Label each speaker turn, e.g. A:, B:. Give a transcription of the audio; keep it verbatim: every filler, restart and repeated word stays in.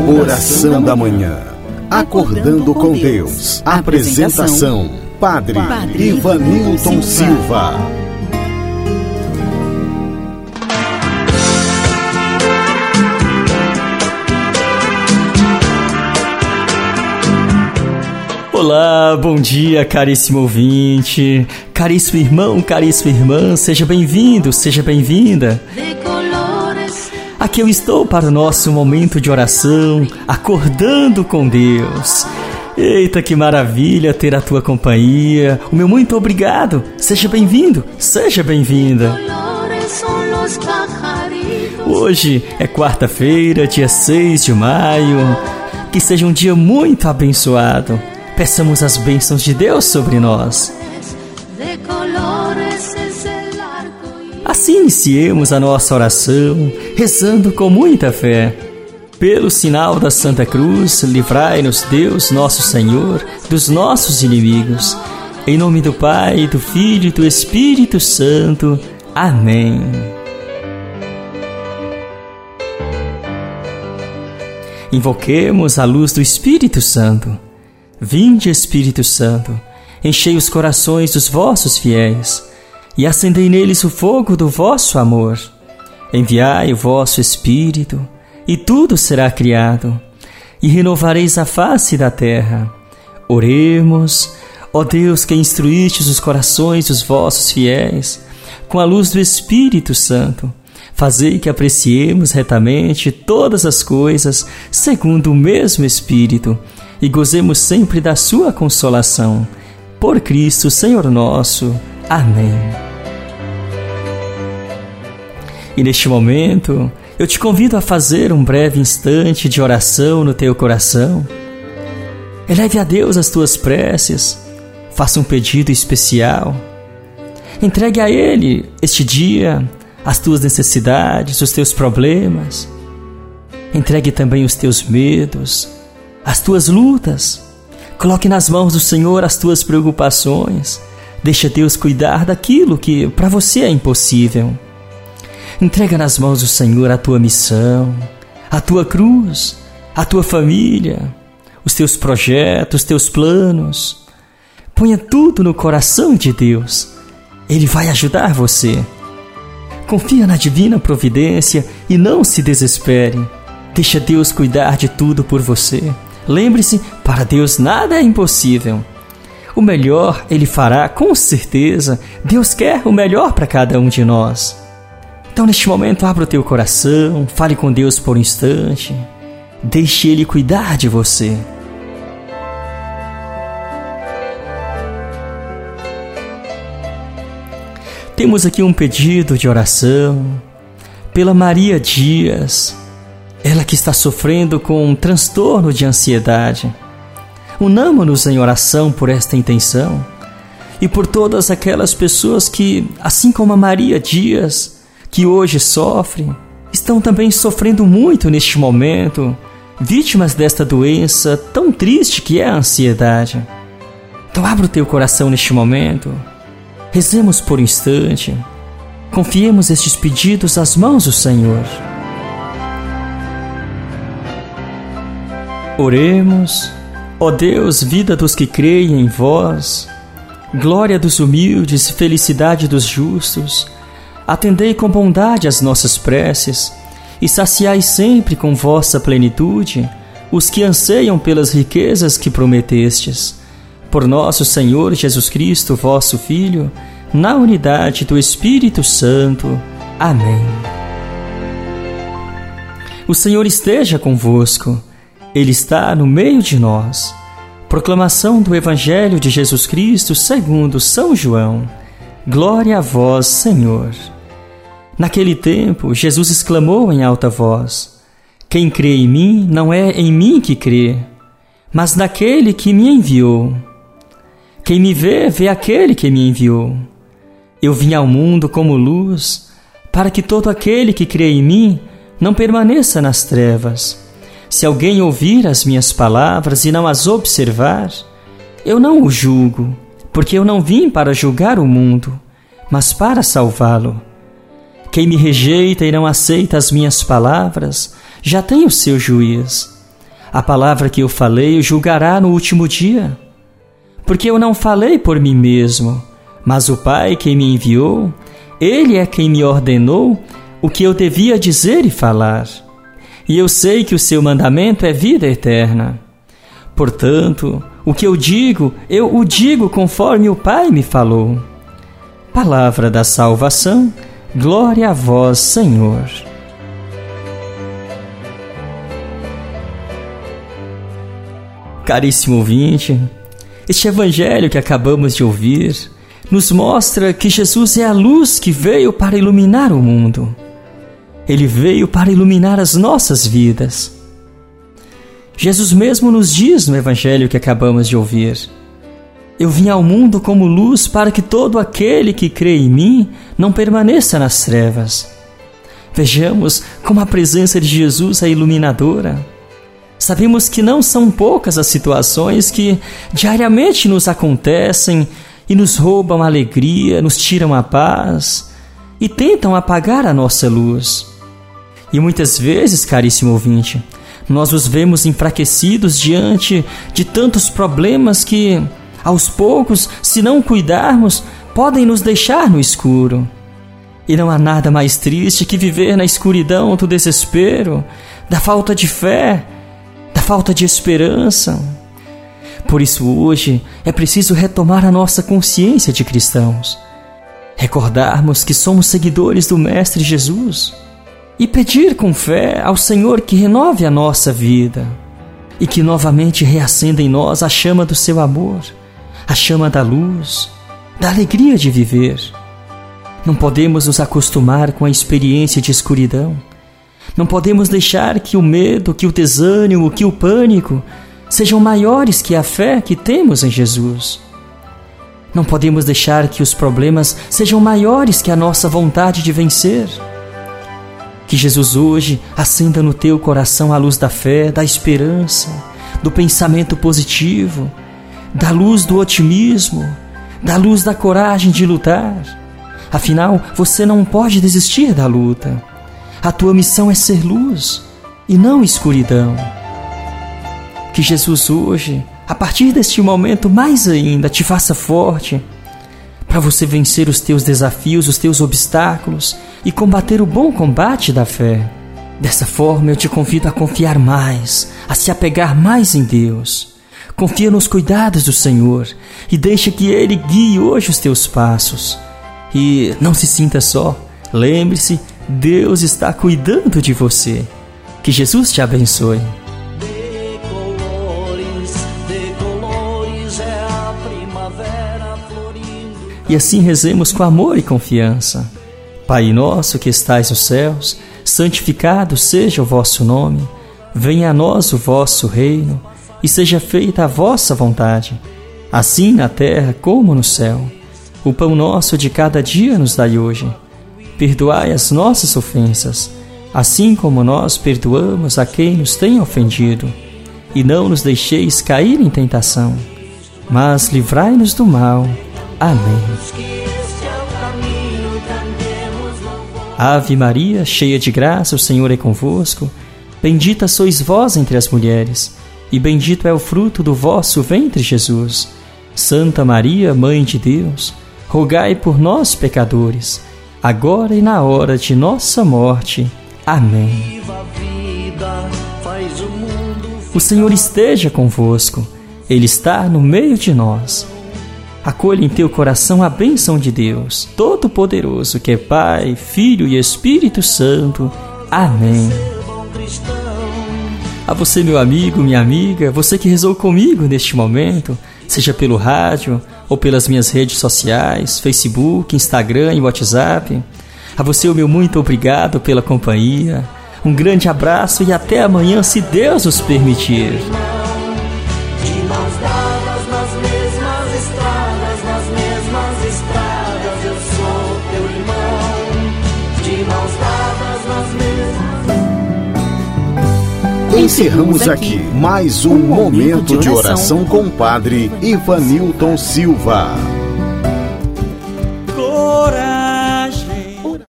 A: Oração da Manhã. Acordando com Deus. Apresentação: Padre Ivanilton Silva.
B: Olá, bom dia, caríssimo ouvinte, caríssimo irmão, caríssima irmã, seja bem-vindo, seja bem-vinda. Aqui eu estou para o nosso momento de oração, acordando com Deus. Eita, que maravilha ter a tua companhia. O meu muito obrigado. Seja bem-vindo, seja bem-vinda. Hoje é quarta-feira, dia seis de maio. Que seja um dia muito abençoado. Peçamos as bênçãos de Deus sobre nós. Assim iniciemos a nossa oração, rezando com muita fé. Pelo sinal da Santa Cruz, livrai-nos Deus, nosso Senhor, dos nossos inimigos. Em nome do Pai, do Filho e do Espírito Santo. Amém. Invoquemos a luz do Espírito Santo. Vinde, Espírito Santo, enchei os corações dos vossos fiéis e acendei neles o fogo do vosso amor. Enviai o vosso Espírito, e tudo será criado, e renovareis a face da terra. Oremos, ó Deus, que instruístes os corações dos vossos fiéis, com a luz do Espírito Santo, fazei que apreciemos retamente todas as coisas segundo o mesmo Espírito, e gozemos sempre da sua consolação. Por Cristo, Senhor nosso. Amém. E neste momento, eu te convido a fazer um breve instante de oração no teu coração. Eleve a Deus as tuas preces, faça um pedido especial. Entregue a Ele este dia as tuas necessidades, os teus problemas. Entregue também os teus medos, as tuas lutas. Coloque nas mãos do Senhor as tuas preocupações. Deixa Deus cuidar daquilo que para você é impossível. Entrega nas mãos do Senhor a tua missão, a tua cruz, a tua família, os teus projetos, os teus planos. Ponha tudo no coração de Deus. Ele vai ajudar você. Confia na divina providência e não se desespere. Deixa Deus cuidar de tudo por você. Lembre-se, para Deus nada é impossível. O melhor Ele fará, com certeza. Deus quer o melhor para cada um de nós. Então, neste momento, abra o teu coração, fale com Deus por um instante. Deixe Ele cuidar de você. Temos aqui um pedido de oração pela Maria Dias, ela que está sofrendo com um transtorno de ansiedade. Unamo-nos em oração por esta intenção e por todas aquelas pessoas que, assim como a Maria Dias, que hoje sofre, estão também sofrendo muito neste momento, vítimas desta doença tão triste que é a ansiedade. Então abra o teu coração neste momento, rezemos por um instante, confiemos estes pedidos às mãos do Senhor. Oremos. Ó Deus, vida dos que creem em vós, glória dos humildes e felicidade dos justos, atendei com bondade as nossas preces e saciai sempre com vossa plenitude os que anseiam pelas riquezas que prometestes. Por nosso Senhor Jesus Cristo, vosso Filho, na unidade do Espírito Santo. Amém. O Senhor esteja convosco. Ele está no meio de nós. Proclamação do Evangelho de Jesus Cristo segundo São João. Glória a vós, Senhor. Naquele tempo, Jesus exclamou em alta voz: Quem crê em mim, não é em mim que crê, mas naquele que me enviou. Quem me vê, vê aquele que me enviou. Eu vim ao mundo como luz, para que todo aquele que crê em mim não permaneça nas trevas. Se alguém ouvir as minhas palavras e não as observar, eu não o julgo, porque eu não vim para julgar o mundo, mas para salvá-lo. Quem me rejeita e não aceita as minhas palavras, já tem o seu juiz. A palavra que eu falei o julgará no último dia. Porque eu não falei por mim mesmo, mas o Pai que me enviou, Ele é quem me ordenou o que eu devia dizer e falar. E eu sei que o seu mandamento é vida eterna. Portanto, o que eu digo, eu o digo conforme o Pai me falou. Palavra da salvação, glória a vós, Senhor. Caríssimo ouvinte, este evangelho que acabamos de ouvir nos mostra que Jesus é a luz que veio para iluminar o mundo. Ele veio para iluminar as nossas vidas. Jesus mesmo nos diz no evangelho que acabamos de ouvir: eu vim ao mundo como luz para que todo aquele que crê em mim não permaneça nas trevas. Vejamos como a presença de Jesus é iluminadora. Sabemos que não são poucas as situações que diariamente nos acontecem e nos roubam a alegria, nos tiram a paz e tentam apagar a nossa luz. E muitas vezes, caríssimo ouvinte, nós nos vemos enfraquecidos diante de tantos problemas que, aos poucos, se não cuidarmos, podem nos deixar no escuro. E não há nada mais triste que viver na escuridão do desespero, da falta de fé, da falta de esperança. Por isso hoje é preciso retomar a nossa consciência de cristãos, recordarmos que somos seguidores do Mestre Jesus e pedir com fé ao Senhor que renove a nossa vida e que novamente reacenda em nós a chama do seu amor, a chama da luz, da alegria de viver. Não podemos nos acostumar com a experiência de escuridão. Não podemos deixar que o medo, que o desânimo, que o pânico sejam maiores que a fé que temos em Jesus. Não podemos deixar que os problemas sejam maiores que a nossa vontade de vencer. Que Jesus hoje acenda no teu coração a luz da fé, da esperança, do pensamento positivo, da luz do otimismo, da luz da coragem de lutar. Afinal, você não pode desistir da luta. A tua missão é ser luz e não escuridão. Que Jesus hoje, a partir deste momento mais ainda, te faça forte para você vencer os teus desafios, os teus obstáculos e combater o bom combate da fé. Dessa forma eu te convido a confiar mais, a se apegar mais em Deus. Confia nos cuidados do Senhor e deixa que Ele guie hoje os teus passos. E não se sinta só, lembre-se, Deus está cuidando de você. Que Jesus te abençoe.
C: De colores, de colores é a primavera florindo.
B: E assim rezemos com amor e confiança. Pai nosso que estais nos céus, santificado seja o vosso nome. Venha a nós o vosso reino e seja feita a vossa vontade, assim na terra como no céu. O pão nosso de cada dia nos dai hoje. Perdoai as nossas ofensas, assim como nós perdoamos a quem nos tem ofendido. E não nos deixeis cair em tentação, mas livrai-nos do mal. Amém. Ave Maria, cheia de graça, o Senhor é convosco. Bendita sois vós entre as mulheres, e bendito é o fruto do vosso ventre, Jesus. Santa Maria, Mãe de Deus, rogai por nós, pecadores, agora e na hora de nossa morte. Amém. O Senhor esteja convosco, Ele está no meio de nós. Acolha em teu coração a bênção de Deus, Todo-Poderoso, que é Pai, Filho e Espírito Santo. Amém. A você, meu amigo, minha amiga, você que rezou comigo neste momento, seja pelo rádio ou pelas minhas redes sociais, Facebook, Instagram e WhatsApp. A você o meu muito obrigado pela companhia. Um grande abraço e até amanhã, se Deus nos permitir.
C: De mãos dadas nas mesmas estradas, nas mesmas estradas, eu sou teu irmão. De mãos dadas nas mesmas.
A: Encerramos aqui mais um momento de oração com o Padre Ivanilton Silva.